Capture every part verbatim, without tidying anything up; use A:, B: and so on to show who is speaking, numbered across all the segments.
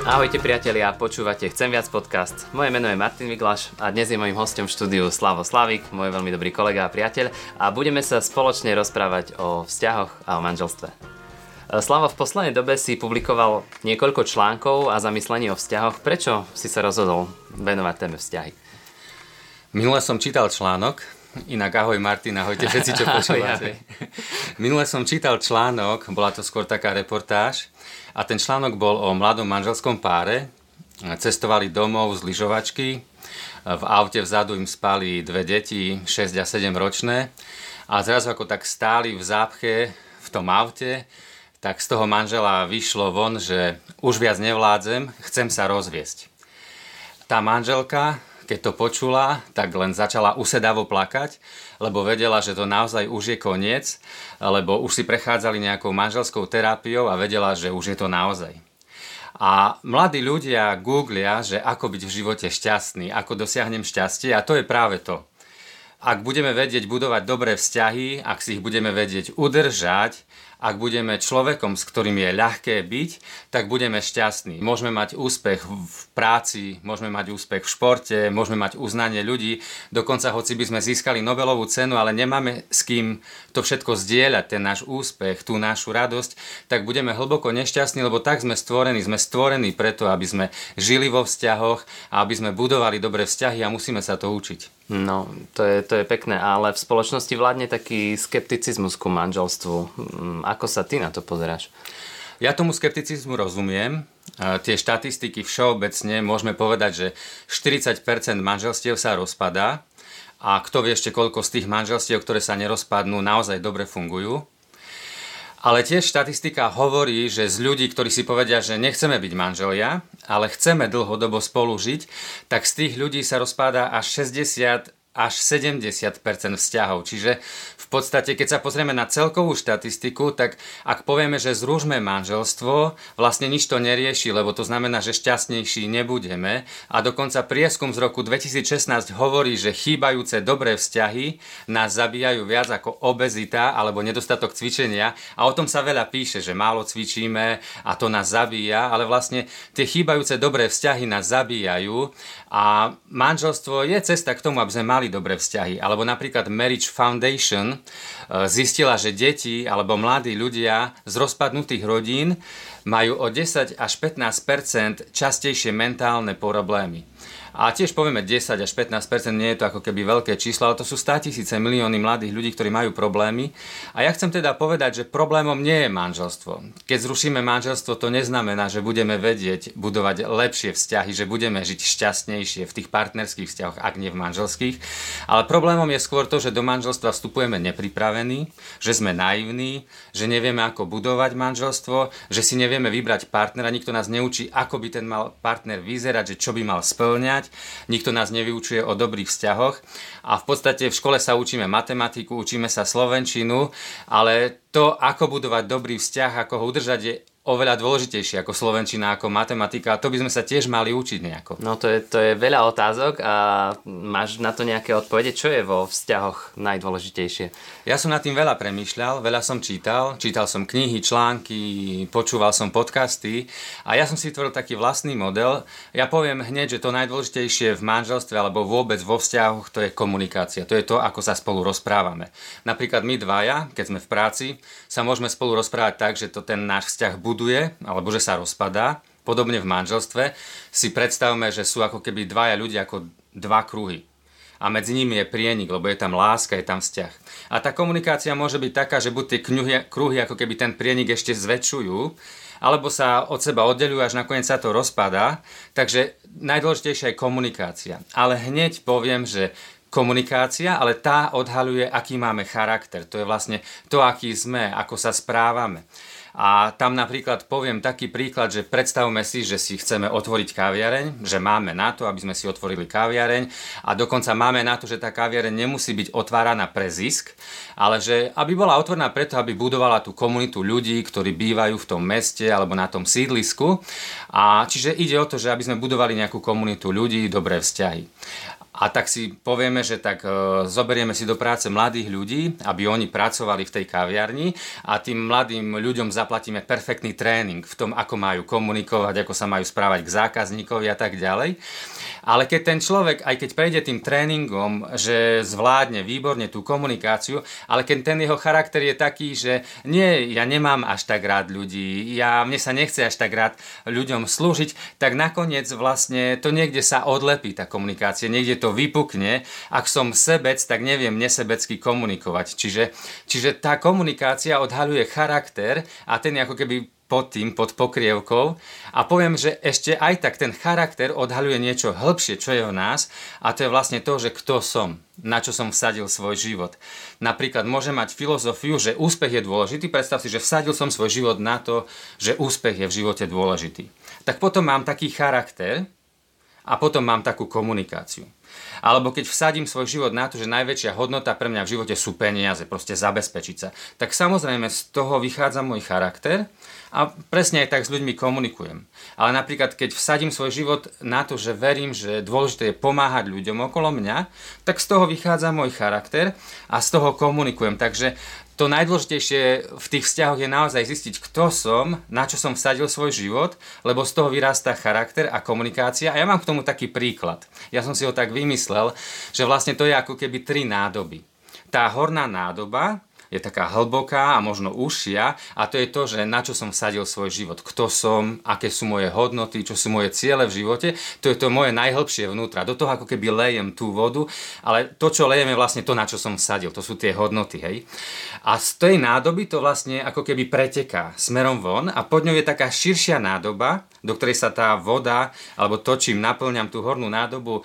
A: Ahojte priatelia, počúvate Chcem viac podcast. Moje meno je Martin Viglaš a dnes je mojím hostom v štúdiu Slavo Slavík, môj veľmi dobrý kolega a priateľ, a budeme sa spoločne rozprávať o vzťahoch a o manželstve. Slavo, v poslednej dobe si publikoval niekoľko článkov a zamyslení o vzťahoch. Prečo si sa rozhodol venovať téme vzťahy?
B: Minule som čítal článok, inak ahoj Martin, ahojte všetci, čo počúvate. Minule som čítal článok, bola to skôr taká reportáž, a ten článok bol o mladom manželskom páre. Cestovali domov z lyžovačky, v aute vzadu im spali dve deti, šesť a sedem ročné, a zrazu ako tak stáli v zápche v tom aute, tak z toho manžela vyšlo von, že už viac nevládzem, chcem sa rozviesť. Tá manželka, keď to počula, tak len začala usedavo plakať, lebo vedela, že to naozaj už je koniec, lebo už si prechádzali nejakou manželskou terapiou a vedela, že už je to naozaj. A mladí ľudia googlia, že ako byť v živote šťastný, ako dosiahnem šťastie, a to je práve to. Ak budeme vedieť budovať dobré vzťahy, ak si ich budeme vedieť udržať, ak budeme človekom, s ktorým je ľahké byť, tak budeme šťastní. Môžeme mať úspech v práci, môžeme mať úspech v športe, môžeme mať uznanie ľudí. Dokonca, hoci by sme získali Nobelovú cenu, ale nemáme s kým to všetko zdieľať, ten náš úspech, tú našu radosť, tak budeme hlboko nešťastní, lebo tak sme stvorení. Sme stvorení preto, aby sme žili vo vzťahoch a aby sme budovali dobré vzťahy, a musíme sa to učiť.
A: No, to je, to je pekné, ale v spoločnosti vládne taký skepticizmus ku manželstvu. Ako sa ty na to pozeráš?
B: Ja tomu skepticizmu rozumiem. Tie štatistiky všeobecne môžeme povedať, že štyridsať percent manželstiev sa rozpadá, a kto vie ešte koľko z tých manželstiev, ktoré sa nerozpadnú, naozaj dobre fungujú. Ale tiež štatistika hovorí, že z ľudí, ktorí si povedia, že nechceme byť manželia, ale chceme dlhodobo spolu žiť, tak z tých ľudí sa rozpadá až šesťdesiat až sedemdesiat percent vzťahov. Čiže v podstate, keď sa pozrieme na celkovú štatistiku, tak ak povieme, že zružme manželstvo, vlastne nič to nerieši, lebo to znamená, že šťastnejší nebudeme. A dokonca prieskum z roku dvetisícšestnásť hovorí, že chýbajúce dobré vzťahy nás zabíjajú viac ako obezita alebo nedostatok cvičenia. A o tom sa veľa píše, že málo cvičíme a to nás zabíja, ale vlastne tie chýbajúce dobré vzťahy nás zabíjajú, a manželstvo je cesta k tomu, aby sme mali dobré vzťahy. Alebo napríklad Marriage Foundation zistila, že deti alebo mladí ľudia z rozpadnutých rodín majú o desať až pätnásť percent častejšie mentálne problémy. A tiež povieme desať až pätnásť percent, nie je to ako keby veľké číslo, ale to sú státisíce, milióny mladých ľudí, ktorí majú problémy. A ja chcem teda povedať, že problémom nie je manželstvo. Keď zrušíme manželstvo, to neznamená, že budeme vedieť budovať lepšie vzťahy, že budeme žiť šťastnejšie v tých partnerských vzťahoch, ak nie v manželských. Ale problémom je skôr to, že do manželstva vstupujeme nepripravení, že sme naivní, že nevieme, ako budovať manželstvo, že si nevieme vybrať partnera, nikto nás neučí, ako by ten mal partner vyzerať, že čo by mal spĺňať. Nikto nás nevyučuje o dobrých vzťahoch, a v podstate v škole sa učíme matematiku, učíme sa slovenčinu, ale to, ako budovať dobrý vzťah, ako ho udržať, je oveľa dôležitejšie ako slovenčina, ako matematika, a to by sme sa tiež mali učiť nejako.
A: No to je, to je veľa otázok, a máš na to nejaké odpovede? Čo je vo vzťahoch najdôležitejšie?
B: Ja som nad tým veľa premýšľal, veľa som čítal, čítal som knihy, články, počúval som podcasty, a ja som si vytvoril taký vlastný model. Ja poviem hneď, že to najdôležitejšie v manželstve alebo vôbec vo vzťahoch, to je komunikácia, to je to, ako sa spolu rozprávame. Napríklad my dvaja, keď sme v práci, sa môžeme spolu rozprávať tak, že to ten náš vzťah buduje, alebo že sa rozpadá. Podobne v manželstve si predstavme, že sú ako keby dvaja ľudia ako dva kruhy. A medzi nimi je prienik, lebo je tam láska, je tam vzťah. A tá komunikácia môže byť taká, že buď tie kruhy, kruhy ako keby ten prienik ešte zväčšujú, alebo sa od seba oddeľujú, až nakoniec sa to rozpadá. Takže najdôležitejšia je komunikácia. Ale hneď poviem, že komunikácia, ale tá odhaľuje, aký máme charakter. To je vlastne to, aký sme, ako sa správame. A tam napríklad poviem taký príklad, že predstavme si, že si chceme otvoriť kaviareň, že máme na to, aby sme si otvorili kaviareň, a dokonca máme na to, že tá kaviareň nemusí byť otváraná pre zisk, ale že aby bola otvorená preto, aby budovala tú komunitu ľudí, ktorí bývajú v tom meste alebo na tom sídlisku. A čiže ide o to, že aby sme budovali nejakú komunitu ľudí, dobré vzťahy. A tak si povieme, že tak e, zoberieme si do práce mladých ľudí, aby oni pracovali v tej kaviarni a tým mladým ľuďom zaplatíme perfektný tréning v tom, ako majú komunikovať, ako sa majú správať k zákazníkovi a tak ďalej. Ale keď ten človek, aj keď prejde tým tréningom, že zvládne výborne tú komunikáciu, ale keď ten jeho charakter je taký, že nie, ja nemám až tak rád ľudí, ja, mne sa nechce až tak rád ľuďom slúžiť, tak nakoniec vlastne to niekde sa odlepí tá komunikácia, niekde to vypukne. Ak som sebec, tak neviem nesebecky komunikovať. Čiže, čiže tá komunikácia odhaľuje charakter a ten ako keby pod tým, pod pokrievkou. A poviem, že ešte aj tak ten charakter odhaľuje niečo hĺbšie, čo je o nás. A to je vlastne to, že kto som, na čo som vsadil svoj život. Napríklad môžem mať filozofiu, že úspech je dôležitý. Predstav si, že vsadil som svoj život na to, že úspech je v živote dôležitý. Tak potom mám taký charakter a potom mám takú komunikáciu. Alebo keď vsadím svoj život na to, že najväčšia hodnota pre mňa v živote sú peniaze, proste zabezpečiť sa, tak samozrejme z toho vychádza môj charakter a presne aj tak s ľuďmi komunikujem. Ale napríklad, keď vsadím svoj život na to, že verím, že dôležité je pomáhať ľuďom okolo mňa, tak z toho vychádza môj charakter a z toho komunikujem. Takže to najdôležitejšie v tých vzťahoch je naozaj zistiť, kto som, na čo som vsadil svoj život, lebo z toho vyrastá charakter a komunikácia. A ja mám k tomu taký príklad. Ja som si ho tak vymyslel, že vlastne to je ako keby tri nádoby. Tá horná nádoba je taká hlboká a možno užšia a to je to, že na čo som vsadil svoj život, kto som, aké sú moje hodnoty, čo sú moje ciele v živote, to je to moje najhlbšie vnútra. Do toho ako keby lejem tú vodu, ale to, čo lejem, je vlastne to, na čo som vsadil, to sú tie hodnoty, hej. A z tej nádoby to vlastne ako keby preteká smerom von a pod ňou je taká širšia nádoba, do ktorej sa tá voda, alebo to, čím naplňam tú hornú nádobu,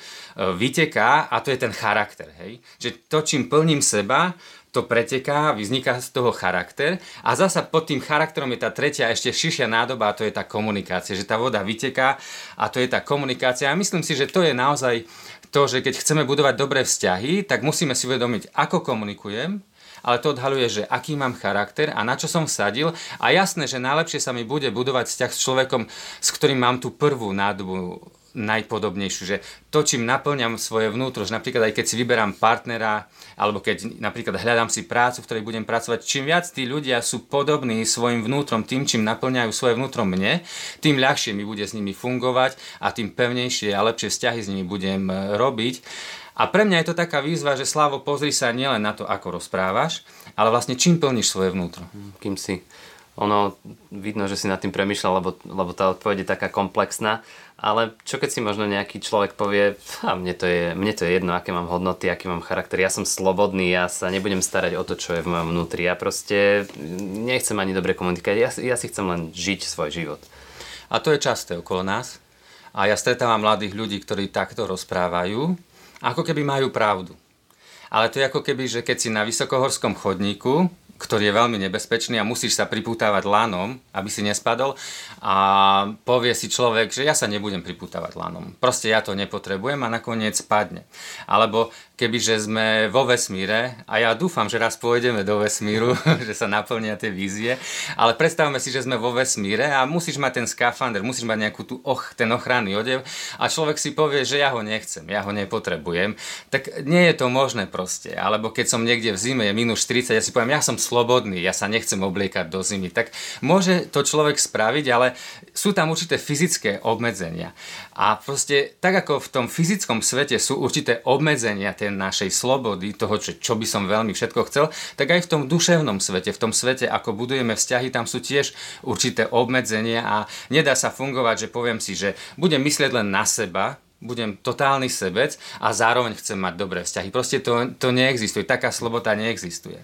B: vyteká a to je ten charakter, hej. Že to, čím plním seba, to preteká, vzniká z toho charakter a zasa pod tým charakterom je tá tretia ešte širšia nádoba a to je tá komunikácia, že tá voda vyteká a to je tá komunikácia a myslím si, že to je naozaj to, že keď chceme budovať dobré vzťahy, tak musíme si uvedomiť, ako komunikujem, ale to odhaľuje, že aký mám charakter a na čo som vsadil a jasné, že najlepšie sa mi bude budovať vzťah s človekom, s ktorým mám tú prvú nádobu najpodobnejšiu, že to, čím naplňam svoje vnútro, že napríklad aj keď si vyberám partnera, alebo keď napríklad hľadám si prácu, v ktorej budem pracovať, čím viac tí ľudia sú podobní svojim vnútrom, tým, čím naplňajú svoje vnútro mne, tým ľahšie mi bude s nimi fungovať a tým pevnejšie a lepšie vzťahy s nimi budem robiť. A pre mňa je to taká výzva, že Slavo, pozri sa nielen na to, ako rozprávaš, ale vlastne čím plníš svoje vnútro.
A: Kým si. Ono, vidno, že si nad tým premýšľal, lebo, lebo tá odpoveď je taká komplexná, ale čo keď si možno nejaký človek povie, a mne to je, mne to je jedno, aké mám hodnoty, aký mám charakter, ja som slobodný, ja sa nebudem starať o to, čo je v mojom vnútri, ja proste nechcem ani dobre komunikovať, ja, ja si chcem len žiť svoj život.
B: A to je časté okolo nás a ja stretávam mladých ľudí, ktorí takto rozprávajú, ako keby majú pravdu. Ale to je ako keby, že keď si na vysokohorskom chodníku, ktorý je veľmi nebezpečný a musíš sa pripútavať lanom, aby si nespadol a povie si človek, že ja sa nebudem pripútavať lanom. Proste ja to nepotrebujem a nakoniec spadne. Alebo kebyže sme vo vesmíre a ja dúfam, že raz pôjdeme do vesmíru, že sa naplnia tie vízie, ale predstavme si, že sme vo vesmíre a musíš mať ten skafander, musíš mať nejakú tú och, ten ochranný odev a človek si povie, že ja ho nechcem, ja ho nepotrebujem, tak nie je to možné proste. Alebo keď som niekde v zime, je mínus štyridsať, ja si poviem, ja som slobodný, ja sa nechcem obliekať do zimy. Tak môže to človek spraviť, ale sú tam určité fyzické obmedzenia. A proste tak ako v tom fyzickom svete sú určité obmedzenia tej našej slobody, toho, čo, čo by som veľmi všetko chcel, tak aj v tom duševnom svete, v tom svete, ako budujeme vzťahy, tam sú tiež určité obmedzenia a nedá sa fungovať, že poviem si, že budem myslieť len na seba, budem totálny sebec a zároveň chcem mať dobré vzťahy. Proste to, to neexistuje, taká sloboda neexistuje.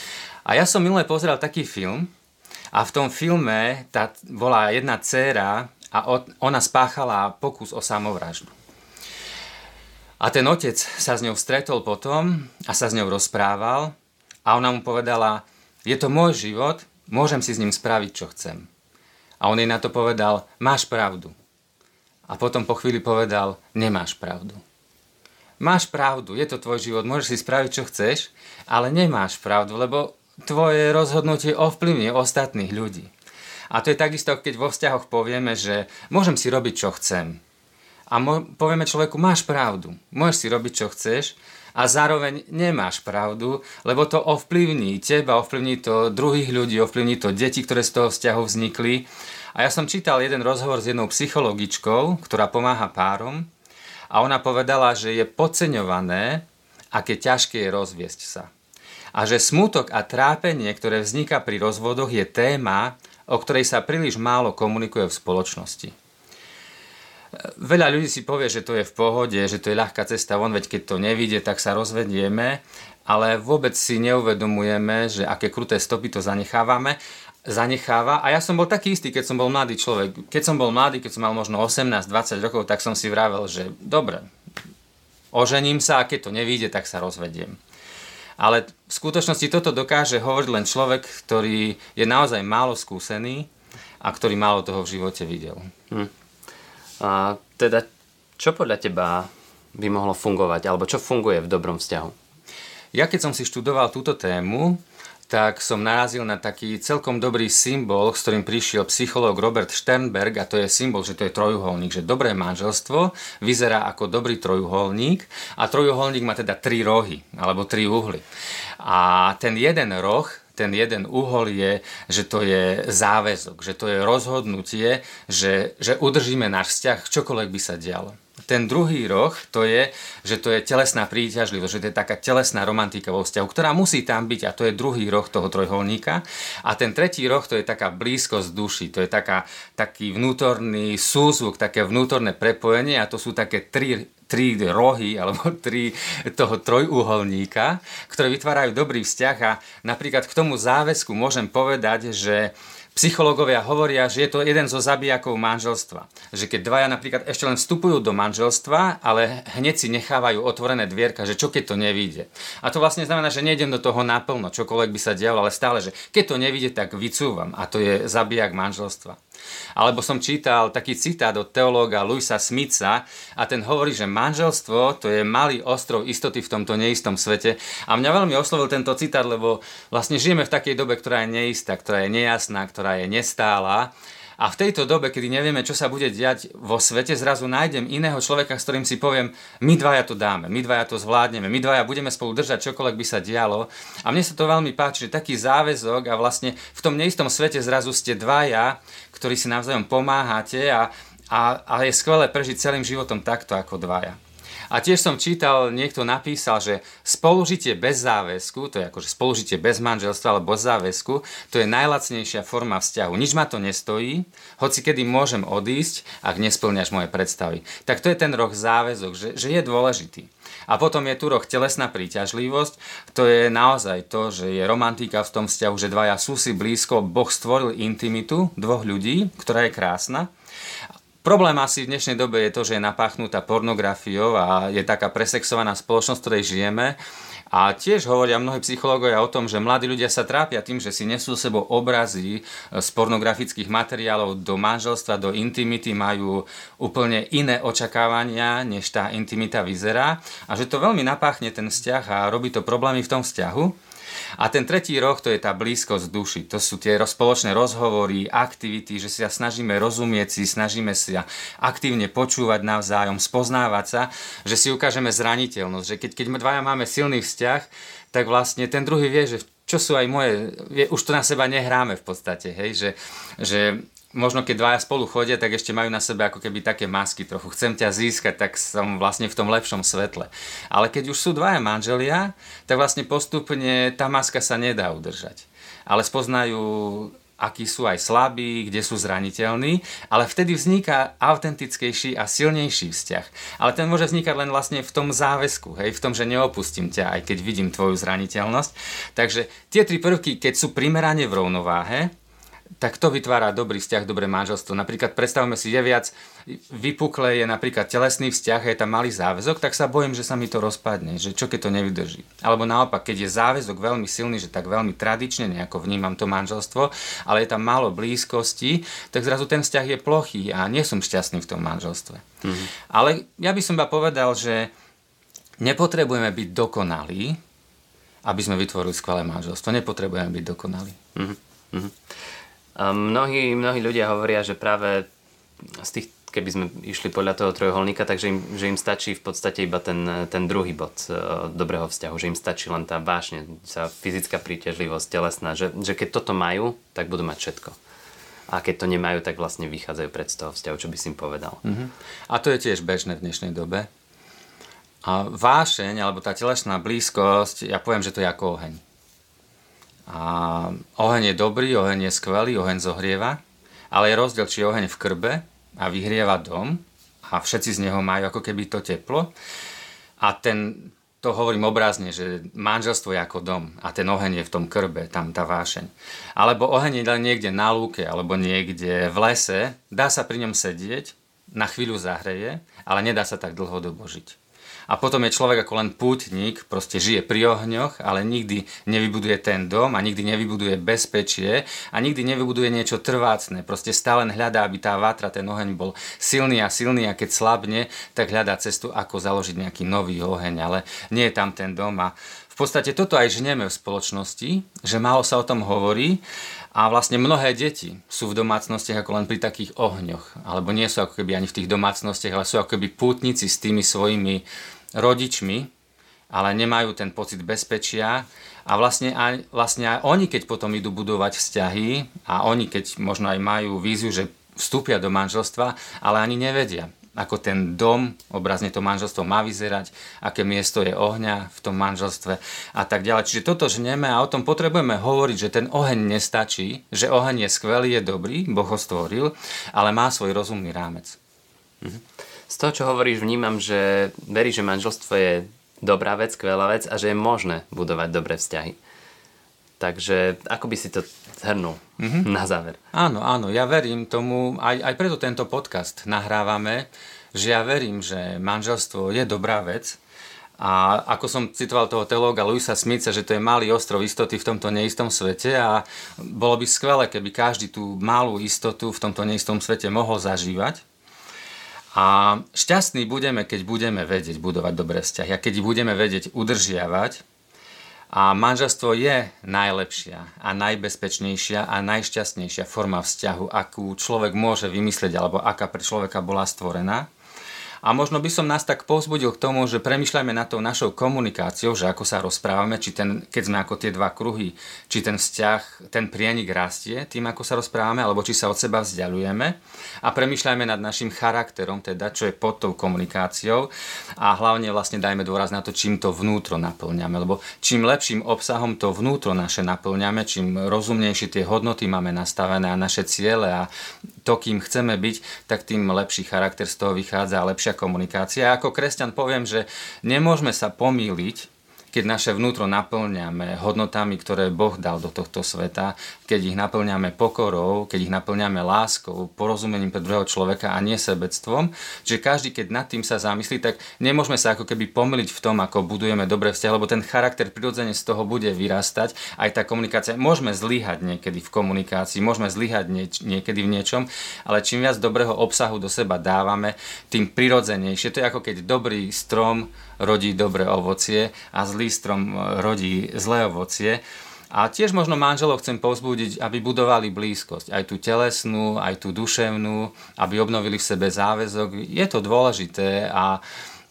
B: A ja som minule pozeral taký film a v tom filme tá, bola jedna dcéra a ona spáchala pokus o samovraždu. A ten otec sa s ňou stretol potom a sa s ňou rozprával a ona mu povedala, je to môj život, môžem si s ním spraviť, čo chcem. A on jej na to povedal, máš pravdu. A potom po chvíli povedal, nemáš pravdu. Máš pravdu, je to tvoj život, môžeš si spraviť, čo chceš, ale nemáš pravdu, lebo tvoje rozhodnutie ovplyvní ostatných ľudí. A to je takisto, keď vo vzťahoch povieme, že môžem si robiť, čo chcem, A mo- povieme človeku, máš pravdu, môžeš si robiť, čo chceš, a zároveň nemáš pravdu, lebo to ovplyvní teba, ovplyvní to druhých ľudí, ovplyvní to deti, ktoré z toho vzťahu vznikli. A ja som čítal jeden rozhovor s jednou psychologičkou, ktorá pomáha párom, a ona povedala, že je podceňované, aké ťažké je rozviesť sa. A že smútok a trápenie, ktoré vzniká pri rozvodoch, je téma, o ktorej sa príliš málo komunikuje v spoločnosti. Veľa ľudí si povie, že to je v pohode, že to je ľahká cesta von, veď keď to nevíde, tak sa rozvedieme, ale vôbec si neuvedomujeme, že aké kruté stopy to zanechávame, zanecháva. A ja som bol taký istý, keď som bol mladý človek. Keď som bol mladý, keď som mal možno osemnásť dvadsať rokov, tak som si vravel, že dobre, ožením sa a keď to nevíde, tak sa rozvediem. Ale v skutočnosti toto dokáže hovoriť len človek, ktorý je naozaj málo skúsený a ktorý málo toho v živote videl.
A: Hm. A teda, čo podľa teba by mohlo fungovať, alebo čo funguje v dobrom vzťahu?
B: Ja keď som si študoval túto tému, tak som narazil na taký celkom dobrý symbol, s ktorým prišiel psychológ Robert Sternberg, a to je symbol, že to je trojuholník, že dobré manželstvo vyzerá ako dobrý trojuholník a trojuholník má teda tri rohy, alebo tri uhly. A ten jeden roh, ten jeden uhol je, že to je záväzok, že to je rozhodnutie, že, že udržíme náš vzťah, čokoľvek by sa dialo. Ten druhý roh, to je, že to je telesná príťažlivosť, že to je taká telesná romantika vo vzťahu, ktorá musí tam byť, a to je druhý roh toho trojholníka. A ten tretí roh, to je taká blízkosť duši, to je taká, taký vnútorný súzvuk, také vnútorné prepojenie, a to sú také tri tri rohy, alebo tri toho trojuholníka, ktoré vytvárajú dobrý vzťah. A napríklad k tomu záväzku môžem povedať, že psychológovia hovoria, že je to jeden zo zabijakov manželstva. Že keď dvaja napríklad ešte len vstupujú do manželstva, ale hneď si nechávajú otvorené dvierka, že čo keď to nevíde. A to vlastne znamená, že nejdem do toho naplno, čokoľvek by sa dialo, ale stále, že keď to nevíde, tak vycúvam. A to je zabijak manželstva. Alebo som čítal taký citát od teológa Louisa Smitha a ten hovorí, že manželstvo to je malý ostrov istoty v tomto neistom svete. A mňa veľmi oslovil tento citát, lebo vlastne žijeme v takej dobe, ktorá je neistá, ktorá je nejasná, ktorá je nestála. A v tejto dobe, kedy nevieme, čo sa bude diať vo svete, zrazu nájdem iného človeka, s ktorým si poviem, my dvaja to dáme, my dvaja to zvládneme, my dvaja budeme spolu držať, čokoľvek by sa dialo. A mne sa to veľmi páči, že taký záväzok a vlastne v tom neistom svete zrazu ste dvaja, ktorí si navzájom pomáhate a, a, a je skvelé prežiť celým životom takto ako dvaja. A tiež som čítal, niekto napísal, že spolužitie bez záväzku, to je akože spolužitie bez manželstva alebo bez záväzku, to je najlacnejšia forma vzťahu. Nič ma to nestojí, hoci kedy môžem odísť, ak nesplňaš moje predstavy. Tak to je ten roh záväzok, že, že je dôležitý. A potom je tu roh telesná príťažlivosť, to je naozaj to, že je romantika v tom vzťahu, že dvaja sú si blízko, Boh stvoril intimitu dvoch ľudí, ktorá je krásna. Problém asi v dnešnej dobe je to, že je napáchnutá pornografiou a je taká presexovaná spoločnosť, v ktorej žijeme. A tiež hovoria mnohí psychológovia o tom, že mladí ľudia sa trápia tým, že si nesú so sebou obrazy z pornografických materiálov do manželstva, do intimity, majú úplne iné očakávania, než tá intimita vyzerá. A že to veľmi napáchne ten vzťah a robí to problémy v tom vzťahu. A ten tretí roh, to je tá blízkosť duši. To sú tie spoločné rozhovory, aktivity, že sa snažíme rozumieť si, snažíme sa aktívne počúvať navzájom, spoznávať sa, že si ukážeme zraniteľnosť. Že keď, keď my dvaja máme silný vzťah, tak vlastne ten druhý vie, že čo sú aj moje, vie, už to na seba nehráme v podstate, hej, že, že možno keď dvaja spolu chodia, tak ešte majú na sebe ako keby také masky trochu. Chcem ťa získať, tak som vlastne v tom lepšom svetle. Ale keď už sú dvaja manželia, tak vlastne postupne tá maska sa nedá udržať. Ale spoznajú, akí sú aj slabí, kde sú zraniteľní, ale vtedy vzniká autentickejší a silnejší vzťah. Ale ten môže vznikať len vlastne v tom záväzku, hej, v tom, že neopustím ťa, aj keď vidím tvoju zraniteľnosť. Takže tie tri prvky, keď sú primerane v rovnováhe, tak to vytvára dobrý vzťah, dobré manželstvo. Napríklad predstavme si, je viac vypuklé, je napríklad telesný vzťah, je tam malý záväzok, tak sa bojím, že sa mi to rozpadne, že čo keď to nevydrží. Alebo naopak, keď je záväzok veľmi silný, že tak veľmi tradične nejako vnímam to manželstvo, ale je tam málo blízkosti, tak zrazu ten vzťah je plochý a nie som šťastný v tom manželstve. Mhm. Ale ja by som iba povedal, že nepotrebujeme byť dokonalí, aby sme vytvorili skvelé manželstvo. Nepotrebujeme byť dokonalí. Mhm.
A: Mhm. A mnohí, mnohí ľudia hovoria, že práve z tých keby sme išli podľa toho trojuholníka, takže im, že im stačí v podstate iba ten, ten druhý bod uh, dobrého vzťahu, že im stačí len tá vášne, tá fyzická príťažlivosť, telesná, že, že keď toto majú, tak budú mať všetko. A keď to nemajú, tak vlastne vychádzajú pred z toho vzťahu, čo by si im povedal. Uh-huh.
B: A to je tiež bežné v dnešnej dobe. A vášeň, alebo tá telesná blízkosť, ja poviem, že to je ako oheň. A oheň je dobrý, oheň je skvelý, oheň zohrieva, ale je rozdiel, či je oheň v krbe a vyhrieva dom a všetci z neho majú ako keby to teplo. A ten, to hovorím obrazne, že manželstvo je ako dom a ten oheň je v tom krbe, tam tá vášeň. Alebo oheň je niekde na lúke alebo niekde v lese, dá sa pri ňom sedieť, na chvíľu zahreje, ale nedá sa tak dlhodobo žiť. A potom je človek ako len pútnik, proste žije pri ohňoch, ale nikdy nevybuduje ten dom a nikdy nevybuduje bezpečie a nikdy nevybuduje niečo trvácne. Proste stále hľadá, aby tá vatra, ten oheň bol silný a silný a keď slabne, tak hľadá cestu, ako založiť nejaký nový oheň, ale nie je tam ten dom. A v podstate toto aj žneme v spoločnosti, že málo sa o tom hovorí a vlastne mnohé deti sú v domácnostiach ako len pri takých ohňoch, alebo nie sú ako keby ani v tých domácnostiach, ale sú ako keby pútnici s tými svojimi rodičmi, ale nemajú ten pocit bezpečia a vlastne aj, vlastne aj oni, keď potom idú budovať vzťahy a oni, keď možno aj majú víziu, že vstúpia do manželstva, ale ani nevedia, ako ten dom, obrazne to manželstvo má vyzerať, aké miesto je ohňa v tom manželstve a tak ďalej. Čiže toto žneme a o tom potrebujeme hovoriť, že ten oheň nestačí, že oheň je skvelý, je dobrý, Boh ho stvoril, ale má svoj rozumný rámec.
A: Mhm. Z toho, čo hovoríš, vnímam, že veríš, že manželstvo je dobrá vec, skvelá vec a že je možné budovať dobré vzťahy. Takže ako by si to zhrnul mm-hmm. na záver?
B: Áno, áno, ja verím tomu, aj, aj preto tento podcast nahrávame, že ja verím, že manželstvo je dobrá vec a ako som citoval toho teológa Louisa Smitha, že to je malý ostrov istoty v tomto neistom svete a bolo by skvelé, keby každý tú malú istotu v tomto neistom svete mohol zažívať. A šťastní budeme, keď budeme vedieť budovať dobré vzťahy a keď budeme vedieť udržiavať. A manželstvo je najlepšia a najbezpečnejšia a najšťastnejšia forma vzťahu, akú človek môže vymyslieť alebo aká pre človeka bola stvorená. A možno by som nás tak povzbudil k tomu, že premýšľajme nad tou našou komunikáciou, že ako sa rozprávame, či ten, keď sme ako tie dva kruhy, či ten vzťah, ten prienik rastie tým, ako sa rozprávame, alebo či sa od seba vzdialujeme. A premýšľajme nad našim charakterom, teda čo je pod tou komunikáciou a hlavne vlastne dajme dôraz na to, čím to vnútro naplňame, lebo čím lepším obsahom to vnútro naše naplňame, čím rozumnejšie tie hodnoty máme nastavené a naše ciele a to, kým chceme byť, tak tým lepší charakter z toho vychádza a lepšia komunikácia. A ako kresťan poviem, že nemôžeme sa pomýliť, keď naše vnútro naplňame hodnotami, ktoré Boh dal do tohto sveta, keď ich naplňame pokorou, keď ich naplňame láskou, porozumením pre druhého človeka a nie sebectvom. Čiže každý, keď nad tým sa zamyslí, tak nemôžeme sa ako keby pomýliť v tom, ako budujeme dobré vzťahy, lebo ten charakter prirodzene z toho bude vyrastať. Aj tá komunikácia, môžeme zlyhať niekedy v komunikácii, môžeme zlyhať nieč- niekedy v niečom, ale čím viac dobrého obsahu do seba dávame, tým prirodzenejšie. To je ako keď dobrý strom rodí dobré ovocie a zlý strom rodí zlé ovocie. A tiež možno manželov chcem povzbudiť, aby budovali blízkosť, aj tú telesnú, aj tú duševnú, aby obnovili v sebe záväzok. Je to dôležité a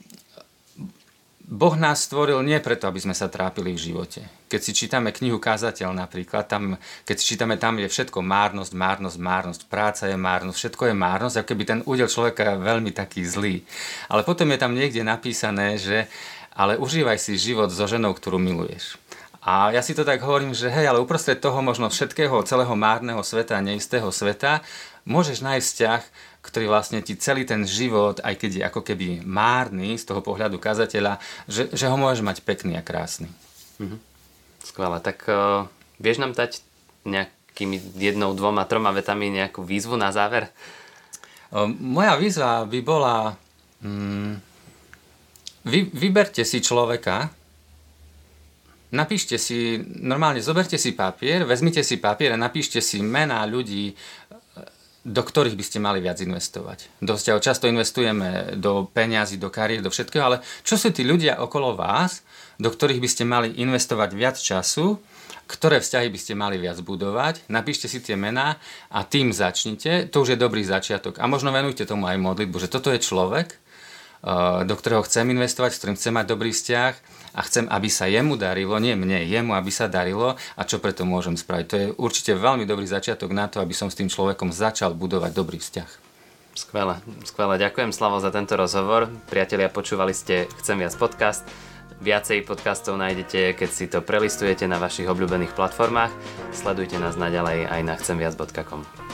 B: Boh nás stvoril nie preto, aby sme sa trápili v živote. Keď si čítame knihu Kázateľ napríklad, tam, keď si čítame, tam je všetko márnosť, márnosť, márnosť, práca je márnosť, všetko je márnosť, ako keby ten údel človeka je veľmi taký zlý. Ale potom je tam niekde napísané, že ale užívaj si život so ženou, ktorú miluješ. A ja si to tak hovorím, že hej, ale uprostred toho možno všetkého, celého márneho sveta, neistého sveta, môžeš nájsť vzťah, ktorý vlastne ti celý ten život, aj keď je ako keby márny z toho pohľadu kazateľa, že, že ho môžeš mať pekný a krásny.
A: Mhm. Skvelé. Tak uh, vieš nám dať nejakými jednou, dvoma, troma vetami nejakú výzvu na záver?
B: Uh, moja výzva by bola um, vy, vyberte si človeka, napíšte si, normálne zoberte si papier, vezmite si papier a napíšte si mená ľudí, do ktorých by ste mali viac investovať. Dosť často investujeme do peňazí, do kariér, do všetkého, ale čo sú tí ľudia okolo vás, do ktorých by ste mali investovať viac času ktoré vzťahy by ste mali viac budovať, napíšte si tie mená a tým začnite, to už je dobrý začiatok. A možno venujte tomu aj modlitbu, že toto je človek, do ktorého chcem investovať, s ktorým chcem mať dobrý vzťah a chcem, aby sa jemu darilo, nie mne, jemu, aby sa darilo a čo preto môžem spraviť. To je určite veľmi dobrý začiatok na to, aby som s tým človekom začal budovať dobrý vzťah.
A: Skvelé, skvelé. Ďakujem, Slavo, za tento rozhovor. Priatelia, počúvali ste Chcem viac podcast. Viacej podcastov nájdete, keď si to prelistujete na vašich obľúbených platformách. Sledujte nás naďalej aj na chcem viac bodka com.